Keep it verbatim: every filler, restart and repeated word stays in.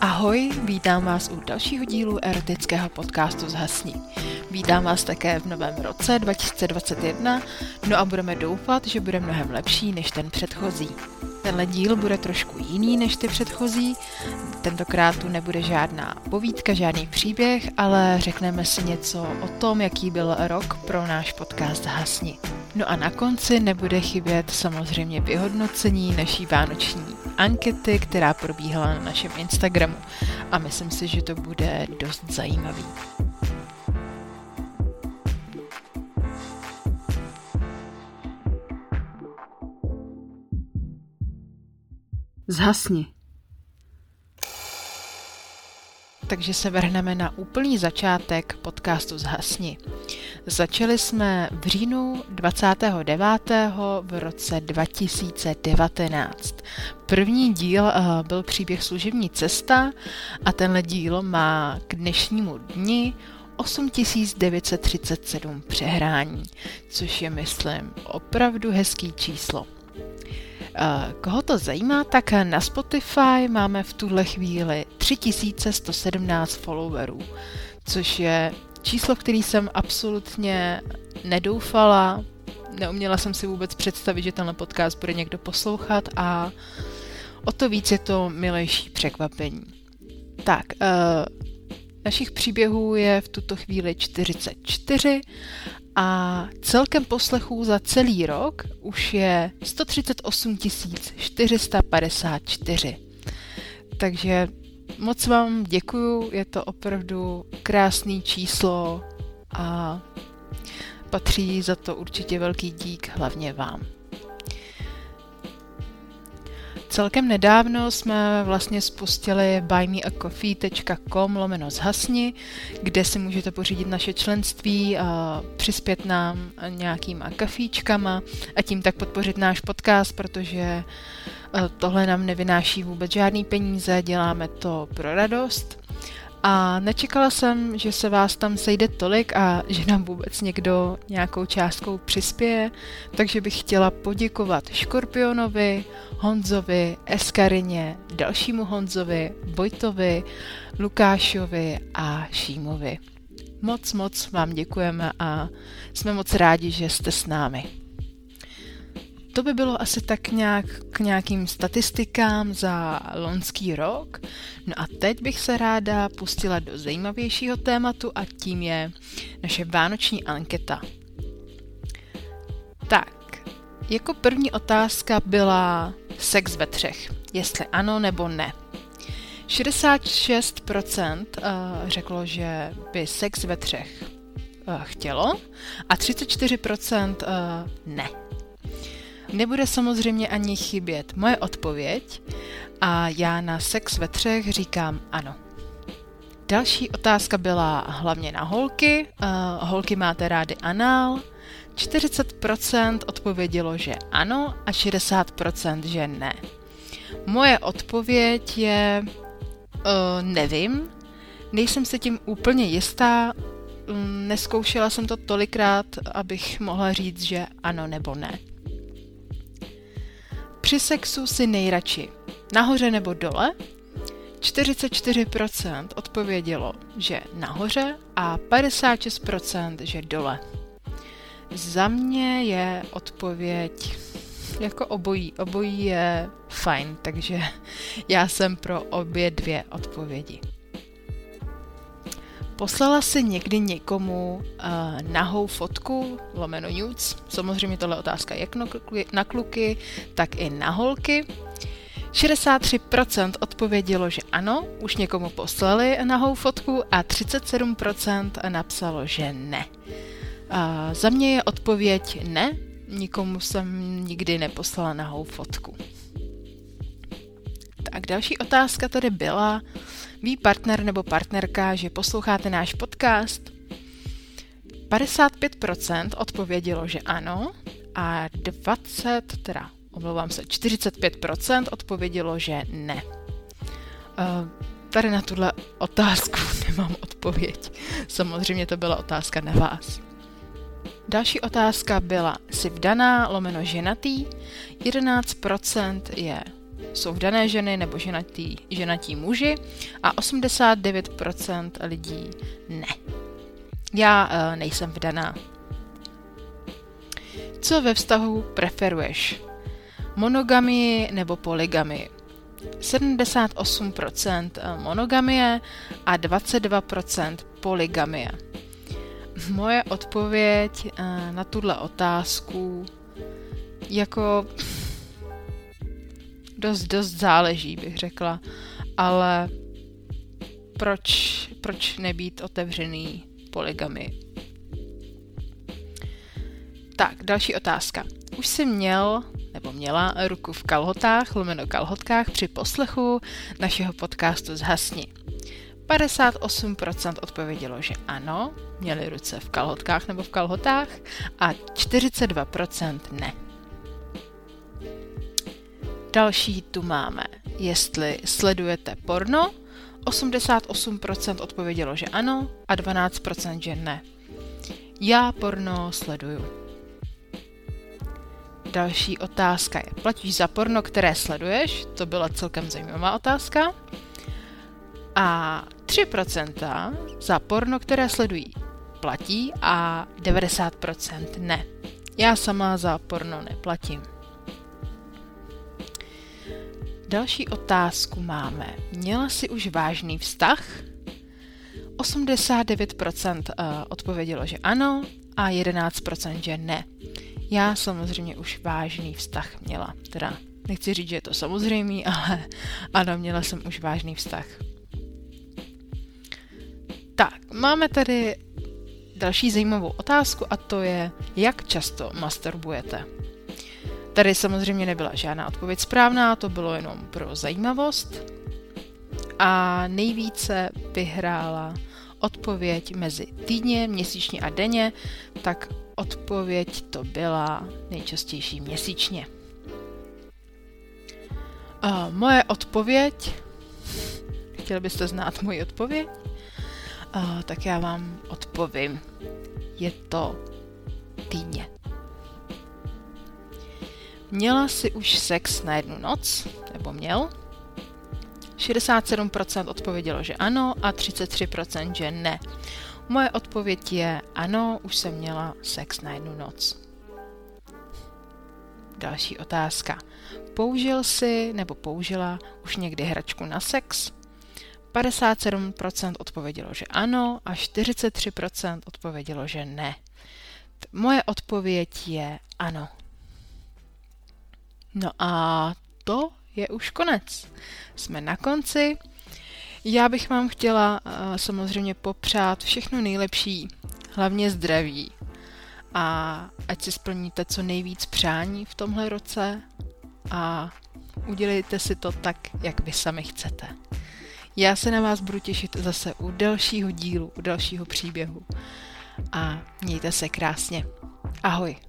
Ahoj, vítám vás u dalšího dílu erotického podcastu Zhasni. Vítám vás také v novém roce dva tisíce dvacet jedna, no a budeme doufat, že bude mnohem lepší než ten předchozí. Tenhle díl bude trošku jiný než ty předchozí, tentokrát tu nebude žádná povídka, žádný příběh, ale řekneme si něco o tom, jaký byl rok pro náš podcast Zhasni. No a na konci nebude chybět samozřejmě vyhodnocení naší vánoční ankety, která probíhala na našem Instagramu a myslím si, že to bude dost zajímavý. Zhasni. Takže se vrhneme na úplný začátek podcastu Zhasni. Začali jsme v říjnu dvacátého devátého v roce dva tisíce devatenáct. První díl uh, byl příběh Služební cesta a tenhle díl má k dnešnímu dni osm tisíc devět set třicet sedm přehrání, což je, myslím, opravdu hezký číslo. Koho to zajímá, tak na Spotify máme v tuhle chvíli tři tisíce sto sedmnáct followerů, což je číslo, který jsem absolutně nedoufala, neuměla jsem si vůbec představit, že tenhle podcast bude někdo poslouchat a o to víc je to milejší překvapení. Tak, uh, našich příběhů je v tuto chvíli čtyřicet čtyři a celkem poslechů za celý rok už je sto třicet osm tisíc čtyři sta padesát čtyři. Takže moc vám děkuju, je to opravdu krásný číslo a patří za to určitě velký dík hlavně vám. Celkem nedávno jsme vlastně spustili buymeacoffee tečka com lomeno zhasni, kde si můžete pořídit naše členství a přispět nám nějakýma kafíčkama a tím tak podpořit náš podcast, protože tohle nám nevynáší vůbec žádný peníze, děláme to pro radost. A nečekala jsem, že se vás tam sejde tolik a že nám vůbec někdo nějakou částkou přispěje, takže bych chtěla poděkovat Škorpionovi, Honzovi, Eskarině, dalšímu Honzovi, Vojtovi, Lukášovi a Šímovi. Moc, moc vám děkujeme a jsme moc rádi, že jste s námi. To by bylo asi tak nějak k nějakým statistikám za loňský rok. No a teď bych se ráda pustila do zajímavějšího tématu a tím je naše vánoční anketa. Tak, jako první otázka byla sex ve třech, jestli ano nebo ne. šedesát šest procent uh, řeklo, že by sex ve třech uh, chtělo a třicet čtyři procent uh, ne. Nebude samozřejmě ani chybět moje odpověď a já na sex ve třech říkám ano. Další otázka byla hlavně na holky. Uh, holky máte rády anál. čtyřicet procent odpovědělo, že ano a šedesát procent, že ne. Moje odpověď je uh, nevím. Nejsem se tím úplně jistá. Um, neskoušela jsem to tolikrát, abych mohla říct, že ano nebo ne. Při sexu si nejradši nahoře nebo dole? čtyřicet čtyři procent odpovědělo, že nahoře a padesát šest procent, že dole. Za mě je odpověď jako obojí. Obojí je fajn, takže já jsem pro obě dvě odpovědi. Poslala si někdy někomu uh, nahou fotku, lomeno nudes, samozřejmě tohle otázka jak na kluky, tak i na holky. šedesát tři procent odpovědělo, že ano, už někomu poslali nahou fotku a třicet sedm procent napsalo, že ne. Uh, za mě je odpověď ne, nikomu jsem nikdy neposlala nahou fotku. Tak další otázka tady byla, ví partner nebo partnerka, že posloucháte náš podcast? padesát pět procent odpovědělo, že ano a dvacet, teda omlouvám se, čtyřicet pět procent odpovědělo, že ne. Uh, tady na tuhle otázku nemám odpověď. Samozřejmě to byla otázka na vás. Další otázka byla jsi vdaná, lomeno ženatý. jedenáct procent je jsou vdané ženy nebo ženatí, ženatí muži a osmdesát devět procent lidí ne. Já uh, nejsem vdaná. Co ve vztahu preferuješ? Monogamii nebo polygamii? sedmdesát osm procent monogamie a dvacet dva procent polygamie. Moje odpověď na tuhle otázku jako dost, dost záleží, bych řekla, ale proč, proč nebýt otevřený polygamii? Tak, další otázka. Už jsi měl nebo měla ruku v kalhotách, lomeno kalhotkách při poslechu našeho podcastu Zhasni. padesát osm procent odpovědělo, že ano, měli ruce v kalhotkách nebo v kalhotách a čtyřicet dva procent ne. Další tu máme, jestli sledujete porno, osmdesát osm procent odpovědělo, že ano a dvanáct procent že ne. Já porno sleduju. Další otázka je, platíš za porno, které sleduješ? To byla celkem zajímavá otázka. A tři procenta za porno, které sledují, platí a devadesát procent ne. Já sama za porno neplatím. Další otázku máme. Měla jsi už vážný vztah? osmdesát devět procent odpovědělo, že ano a jedenáct procent že ne. Já samozřejmě už vážný vztah měla. Teda nechci říct, že je to samozřejmý, ale ano, měla jsem už vážný vztah. Tak, máme tady další zajímavou otázku a to je, jak často masturbujete. Tady samozřejmě nebyla žádná odpověď správná, to bylo jenom pro zajímavost. A nejvíce vyhrála odpověď mezi týdně, měsíčně a denně, tak odpověď to byla nejčastější měsíčně. A moje odpověď, chtěli byste znát moji odpověď? A, tak já vám odpovím. Je to týdně. Měla jsi už sex na jednu noc? Nebo měl? šedesát sedm procent odpovědělo, že ano a třicet tři procent že ne. Moje odpověď je ano, už jsem měla sex na jednu noc. Další otázka. Použil jsi nebo použila už někdy hračku na sex? padesát sedm procent odpovědělo, že ano a čtyřicet tři procent odpovědělo, že ne. Moje odpověď je ano. No a to je už konec. Jsme na konci. Já bych vám chtěla uh, samozřejmě popřát všechno nejlepší, hlavně zdraví. A ať si splníte co nejvíc přání v tomhle roce a udělejte si to tak, jak vy sami chcete. Já se na vás budu těšit zase u dalšího dílu, u dalšího příběhu. A mějte se krásně. Ahoj.